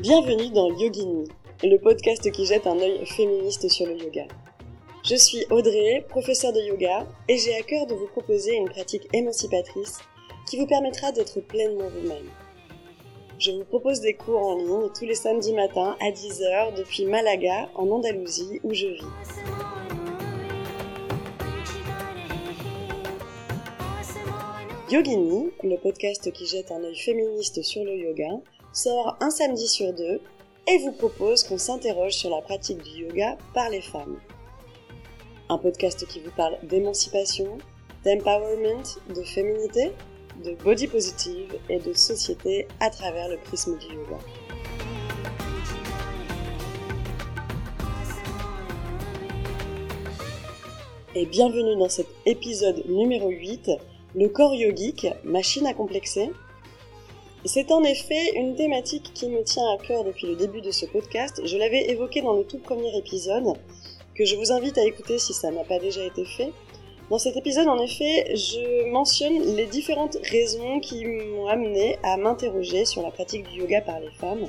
Bienvenue dans Yogini, le podcast qui jette un œil féministe sur le yoga. Je suis Audrey, professeure de yoga, et j'ai à cœur de vous proposer une pratique émancipatrice qui vous permettra d'être pleinement vous-même. Je vous propose des cours en ligne tous les samedis matins à 10h depuis Malaga, en Andalousie, où je vis. Yogini, le podcast qui jette un œil féministe sur le yoga, sort un samedi sur deux et vous propose qu'on s'interroge sur la pratique du yoga par les femmes. Un podcast qui vous parle d'émancipation, d'empowerment, de féminité, de body positive et de société à travers le prisme du yoga. Et bienvenue dans cet épisode numéro 8, le corps yogique, machine à complexer. C'est en effet une thématique qui me tient à cœur depuis le début de ce podcast. Je l'avais évoqué dans le tout premier épisode, que je vous invite à écouter si ça n'a pas déjà été fait. Dans cet épisode, en effet, je mentionne les différentes raisons qui m'ont amené à m'interroger sur la pratique du yoga par les femmes.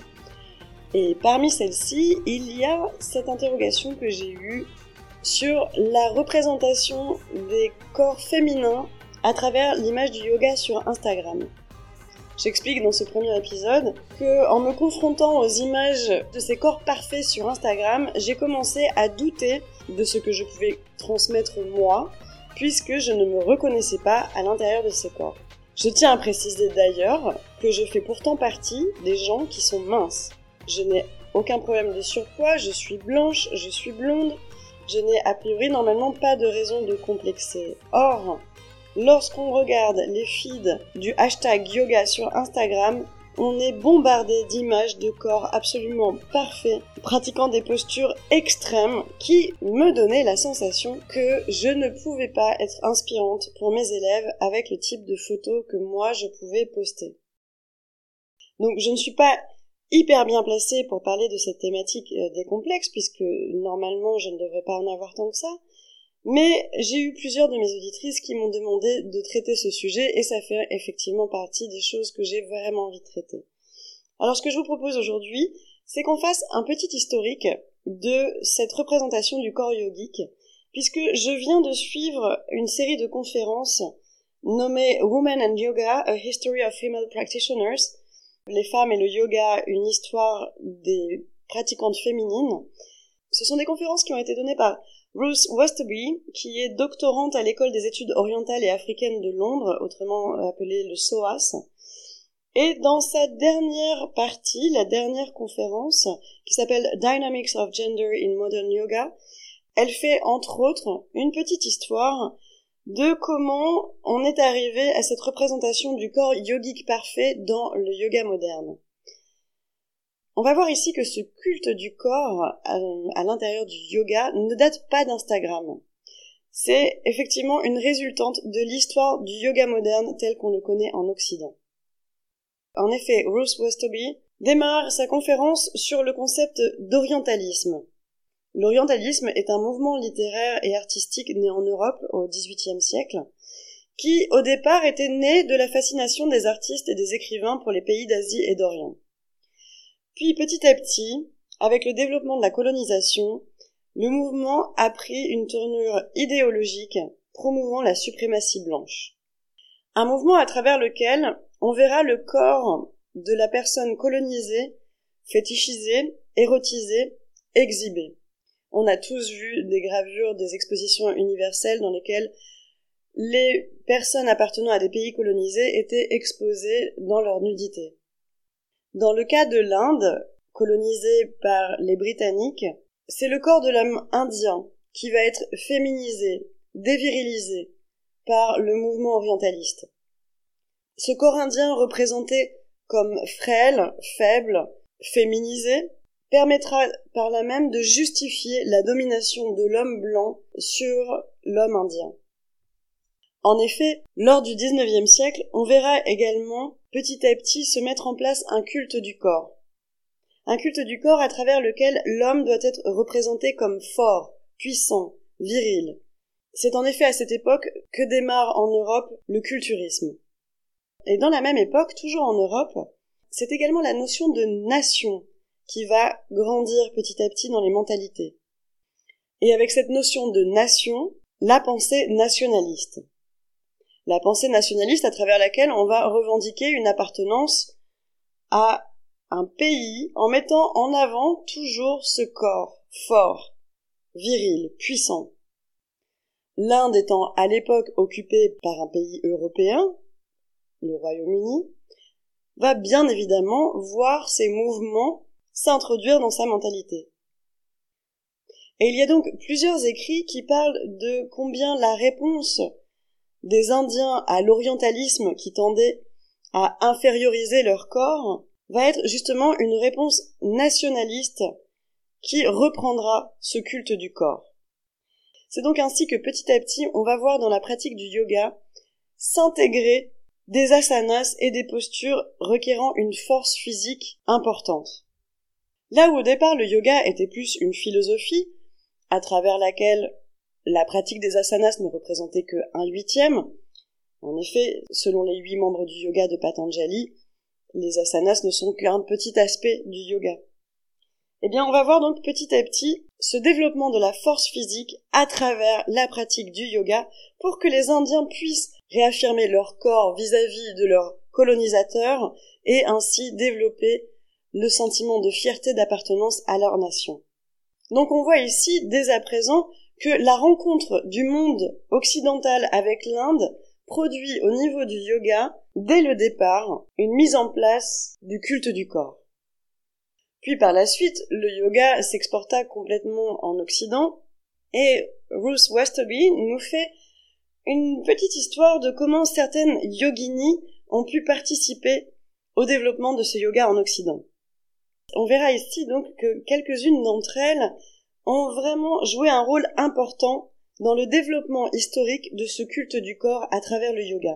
Et parmi celles-ci, il y a cette interrogation que j'ai eue sur la représentation des corps féminins à travers l'image du yoga sur Instagram. J'explique dans ce premier épisode que, en me confrontant aux images de ces corps parfaits sur Instagram, j'ai commencé à douter de ce que je pouvais transmettre moi, puisque je ne me reconnaissais pas à l'intérieur de ces corps. Je tiens à préciser d'ailleurs que je fais pourtant partie des gens qui sont minces. Je n'ai aucun problème de surpoids, je suis blanche, je suis blonde, je n'ai a priori normalement pas de raison de complexer. Or, lorsqu'on regarde les feeds du hashtag yoga sur Instagram, on est bombardé d'images de corps absolument parfaits, pratiquant des postures extrêmes qui me donnaient la sensation que je ne pouvais pas être inspirante pour mes élèves avec le type de photos que moi je pouvais poster. Donc je ne suis pas hyper bien placée pour parler de cette thématique des complexes, puisque normalement je ne devrais pas en avoir tant que ça. Mais j'ai eu plusieurs de mes auditrices qui m'ont demandé de traiter ce sujet et ça fait effectivement partie des choses que j'ai vraiment envie de traiter. Alors ce que je vous propose aujourd'hui, c'est qu'on fasse un petit historique de cette représentation du corps yogique, puisque je viens de suivre une série de conférences nommée Women and Yoga, A History of Female Practitioners, les femmes et le yoga, une histoire des pratiquantes féminines. Ce sont des conférences qui ont été données par Ruth Westby, qui est doctorante à l'école des études orientales et africaines de Londres, autrement appelée le SOAS. Et dans sa dernière partie, la dernière conférence, qui s'appelle Dynamics of Gender in Modern Yoga, elle fait entre autres une petite histoire de comment on est arrivé à cette représentation du corps yogique parfait dans le yoga moderne. On va voir ici que ce culte du corps à l'intérieur du yoga ne date pas d'Instagram. C'est effectivement une résultante de l'histoire du yoga moderne tel qu'on le connaît en Occident. En effet, Ruth Westby démarre sa conférence sur le concept d'orientalisme. L'orientalisme est un mouvement littéraire et artistique né en Europe au XVIIIe siècle, qui au départ était né de la fascination des artistes et des écrivains pour les pays d'Asie et d'Orient. Puis petit à petit, avec le développement de la colonisation, le mouvement a pris une tournure idéologique promouvant la suprématie blanche. Un mouvement à travers lequel on verra le corps de la personne colonisée, fétichisé, érotisé, exhibé. On a tous vu des gravures, des expositions universelles dans lesquelles les personnes appartenant à des pays colonisés étaient exposées dans leur nudité. Dans le cas de l'Inde, colonisée par les Britanniques, c'est le corps de l'homme indien qui va être féminisé, dévirilisé par le mouvement orientaliste. Ce corps indien représenté comme frêle, faible, féminisé, permettra par là même de justifier la domination de l'homme blanc sur l'homme indien. En effet, lors du XIXe siècle, on verra également petit à petit se mettre en place un culte du corps. Un culte du corps à travers lequel l'homme doit être représenté comme fort, puissant, viril. C'est en effet à cette époque que démarre en Europe le culturisme. Et dans la même époque, toujours en Europe, c'est également la notion de nation qui va grandir petit à petit dans les mentalités. Et avec cette notion de nation, la pensée nationaliste. La pensée nationaliste à travers laquelle on va revendiquer une appartenance à un pays en mettant en avant toujours ce corps fort, viril, puissant. L'Inde étant à l'époque occupée par un pays européen, le Royaume-Uni, va bien évidemment voir ces mouvements s'introduire dans sa mentalité. Et il y a donc plusieurs écrits qui parlent de combien la réponse des Indiens à l'orientalisme qui tendait à inférioriser leur corps va être justement une réponse nationaliste qui reprendra ce culte du corps. C'est donc ainsi que petit à petit, on va voir dans la pratique du yoga s'intégrer des asanas et des postures requérant une force physique importante. Là où au départ le yoga était plus une philosophie, à travers laquelle la pratique des asanas ne représentait que 1/8. En effet, selon les 8 membres du yoga de Patanjali, les asanas ne sont qu'un petit aspect du yoga. Eh bien, on va voir donc petit à petit ce développement de la force physique à travers la pratique du yoga pour que les Indiens puissent réaffirmer leur corps vis-à-vis de leurs colonisateurs et ainsi développer le sentiment de fierté d'appartenance à leur nation. Donc on voit ici, dès à présent, que la rencontre du monde occidental avec l'Inde produit au niveau du yoga, dès le départ, une mise en place du culte du corps. Puis par la suite, le yoga s'exporta complètement en Occident, et Ruth Westby nous fait une petite histoire de comment certaines yoginis ont pu participer au développement de ce yoga en Occident. On verra ici donc que quelques-unes d'entre elles ont vraiment joué un rôle important dans le développement historique de ce culte du corps à travers le yoga.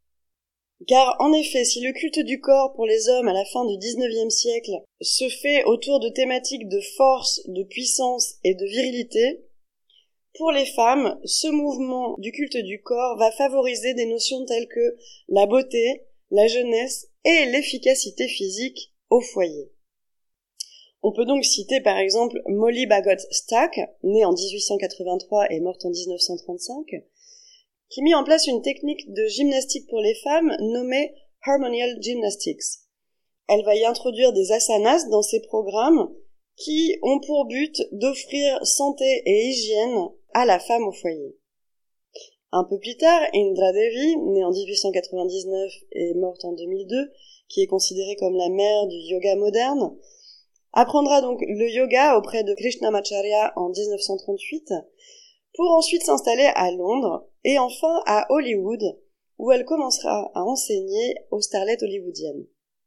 Car en effet, si le culte du corps pour les hommes à la fin du XIXe siècle se fait autour de thématiques de force, de puissance et de virilité, pour les femmes, ce mouvement du culte du corps va favoriser des notions telles que la beauté, la jeunesse et l'efficacité physique au foyer. On peut donc citer par exemple Molly Bagot Stack, née en 1883 et morte en 1935, qui mit en place une technique de gymnastique pour les femmes nommée Harmonial Gymnastics. Elle va y introduire des asanas dans ses programmes qui ont pour but d'offrir santé et hygiène à la femme au foyer. Un peu plus tard, Indra Devi, née en 1899 et morte en 2002, qui est considérée comme la mère du yoga moderne, apprendra donc le yoga auprès de Krishnamacharya en 1938, pour ensuite s'installer à Londres et enfin à Hollywood, où elle commencera à enseigner aux starlettes hollywoodiennes.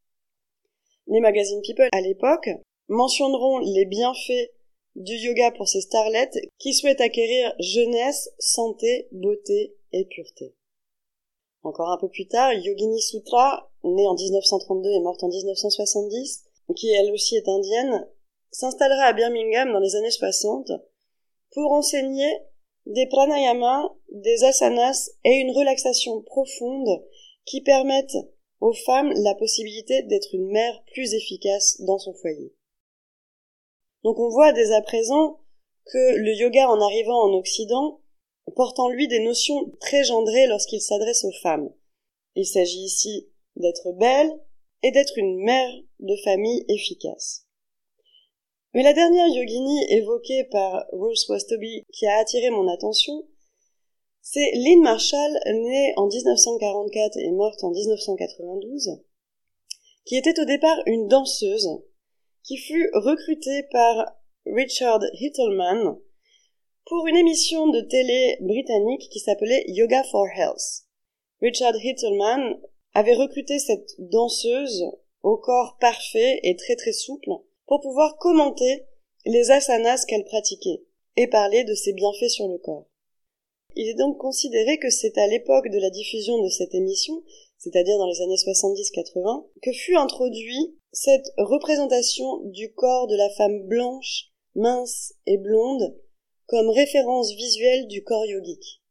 Les magazines People à l'époque mentionneront les bienfaits du yoga pour ces starlettes qui souhaitent acquérir jeunesse, santé, beauté et pureté. Encore un peu plus tard, Yogini Sutra, née en 1932 et morte en 1970, qui elle aussi est indienne, s'installera à Birmingham dans les années 60 pour enseigner des pranayamas, des asanas et une relaxation profonde qui permettent aux femmes la possibilité d'être une mère plus efficace dans son foyer. Donc on voit dès à présent que le yoga en arrivant en Occident porte en lui des notions très gendrées lorsqu'il s'adresse aux femmes. Il s'agit ici d'être belle et d'être une mère de famille efficace. Mais la dernière yogini évoquée par Ruth Westby qui a attiré mon attention, c'est Lynn Marshall, née en 1944 et morte en 1992, qui était au départ une danseuse, qui fut recrutée par Richard Hittelman pour une émission de télé britannique qui s'appelait Yoga for Health. Richard Hittelman avait recruté cette danseuse au corps parfait et très très souple pour pouvoir commenter les asanas qu'elle pratiquait et parler de ses bienfaits sur le corps. Il est donc considéré que c'est à l'époque de la diffusion de cette émission, c'est-à-dire dans les années 70-80, que fut introduit cette représentation du corps de la femme blanche, mince et blonde comme référence visuelle du corps yogique.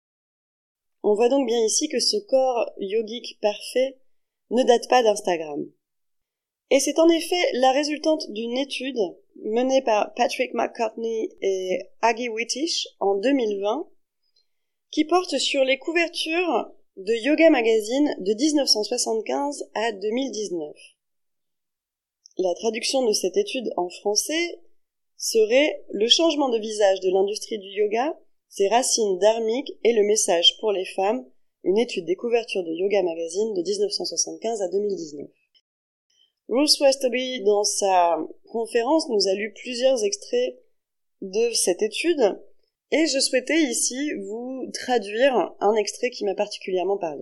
On voit donc bien ici que ce corps yogique parfait ne date pas d'Instagram. Et c'est en effet la résultante d'une étude menée par Patrick McCartney et Aggie Wittich en 2020 qui porte sur les couvertures de Yoga Magazine de 1975 à 2019. La traduction de cette étude en français serait « Le changement de visage de l'industrie du yoga, ses racines dharmiques et le message pour les femmes », une étude des couvertures de Yoga Magazine de 1975 à 2019. Ruth Westaby, dans sa conférence, nous a lu plusieurs extraits de cette étude, et je souhaitais ici vous traduire un extrait qui m'a particulièrement parlé.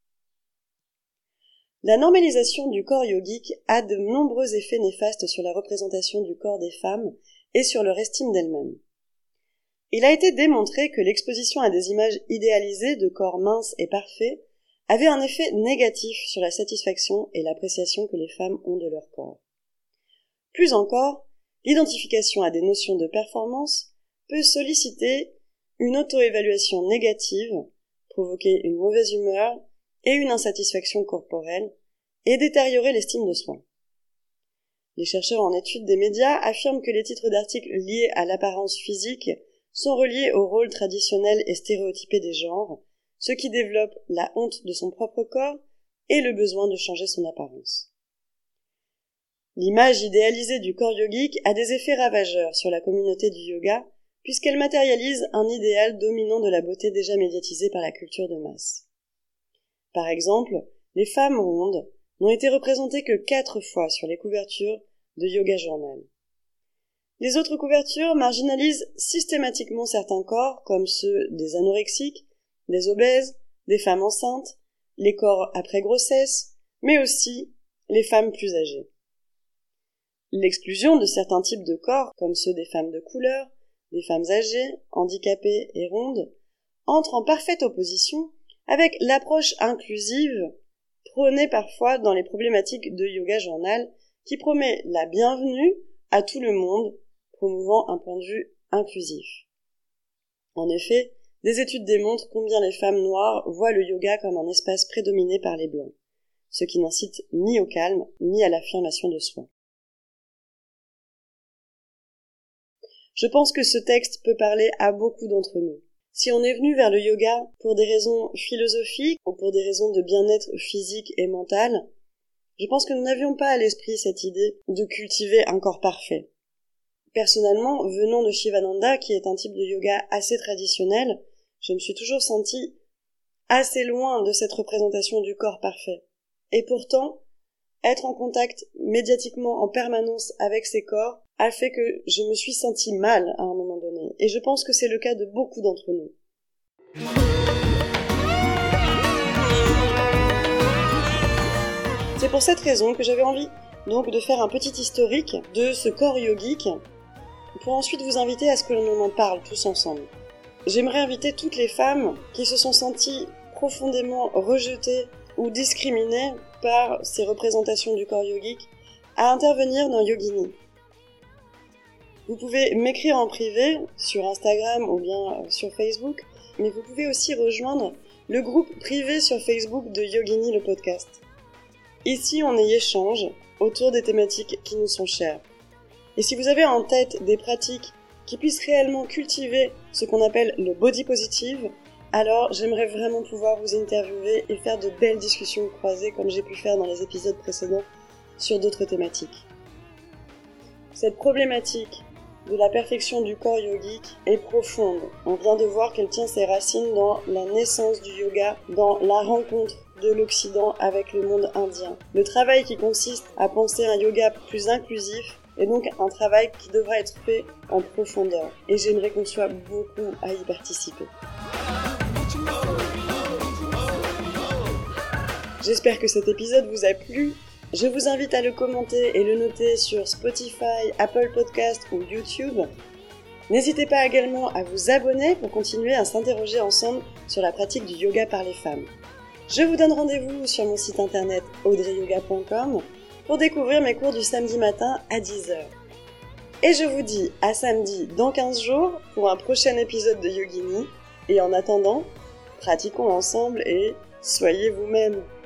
La normalisation du corps yogique a de nombreux effets néfastes sur la représentation du corps des femmes et sur leur estime d'elles-mêmes. Il a été démontré que l'exposition à des images idéalisées de corps minces et parfaits avait un effet négatif sur la satisfaction et l'appréciation que les femmes ont de leur corps. Plus encore, l'identification à des notions de performance peut solliciter une auto-évaluation négative, provoquer une mauvaise humeur et une insatisfaction corporelle, et détériorer l'estime de soi. Les chercheurs en études des médias affirment que les titres d'articles liés à l'apparence physique sont reliés au rôle traditionnel et stéréotypé des genres, ce qui développe la honte de son propre corps et le besoin de changer son apparence. L'image idéalisée du corps yogique a des effets ravageurs sur la communauté du yoga, puisqu'elle matérialise un idéal dominant de la beauté déjà médiatisé par la culture de masse. Par exemple, les femmes rondes n'ont été représentées que 4 fois sur les couvertures de Yoga Journal. Les autres couvertures marginalisent systématiquement certains corps, comme ceux des anorexiques, des obèses, des femmes enceintes, les corps après grossesse, mais aussi les femmes plus âgées. L'exclusion de certains types de corps, comme ceux des femmes de couleur, des femmes âgées, handicapées et rondes, entre en parfaite opposition avec l'approche inclusive prônée parfois dans les problématiques de Yoga Journal, qui promet la bienvenue à tout le monde, promouvant un point de vue inclusif. En effet, des études démontrent combien les femmes noires voient le yoga comme un espace prédominé par les blancs, ce qui n'incite ni au calme ni à l'affirmation de soi. Je pense que ce texte peut parler à beaucoup d'entre nous. Si on est venu vers le yoga pour des raisons philosophiques ou pour des raisons de bien-être physique et mental, je pense que nous n'avions pas à l'esprit cette idée de cultiver un corps parfait. Personnellement, venant de Shivananda, qui est un type de yoga assez traditionnel, je me suis toujours sentie assez loin de cette représentation du corps parfait. Et pourtant, être en contact médiatiquement en permanence avec ces corps a fait que je me suis sentie mal à un moment donné. Et je pense que c'est le cas de beaucoup d'entre nous. C'est pour cette raison que j'avais envie donc de faire un petit historique de ce corps yogique pour ensuite vous inviter à ce que l'on en parle tous ensemble. J'aimerais inviter toutes les femmes qui se sont senties profondément rejetées ou discriminées par ces représentations du corps yogique à intervenir dans Yogini. Vous pouvez m'écrire en privé sur Instagram ou bien sur Facebook, mais vous pouvez aussi rejoindre le groupe privé sur Facebook de Yogini le podcast. Ici, on y échange autour des thématiques qui nous sont chères. Et si vous avez en tête des pratiques qui puissent réellement cultiver ce qu'on appelle le body positive, alors j'aimerais vraiment pouvoir vous interviewer et faire de belles discussions croisées comme j'ai pu faire dans les épisodes précédents sur d'autres thématiques. Cette problématique de la perfection du corps yogique est profonde. On vient de voir qu'elle tient ses racines dans la naissance du yoga, dans la rencontre de l'Occident avec le monde indien. Le travail qui consiste à penser un yoga plus inclusif est donc un travail qui devra être fait en profondeur. Et j'aimerais qu'on soit beaucoup à y participer. J'espère que cet épisode vous a plu. Je vous invite à le commenter et le noter sur Spotify, Apple Podcast ou YouTube. N'hésitez pas également à vous abonner pour continuer à s'interroger ensemble sur la pratique du yoga par les femmes. Je vous donne rendez-vous sur mon site internet audreyyoga.com pour découvrir mes cours du samedi matin à 10h. Et je vous dis à samedi dans 15 jours pour un prochain épisode de Yogini. Et en attendant, pratiquons ensemble et soyez vous-même.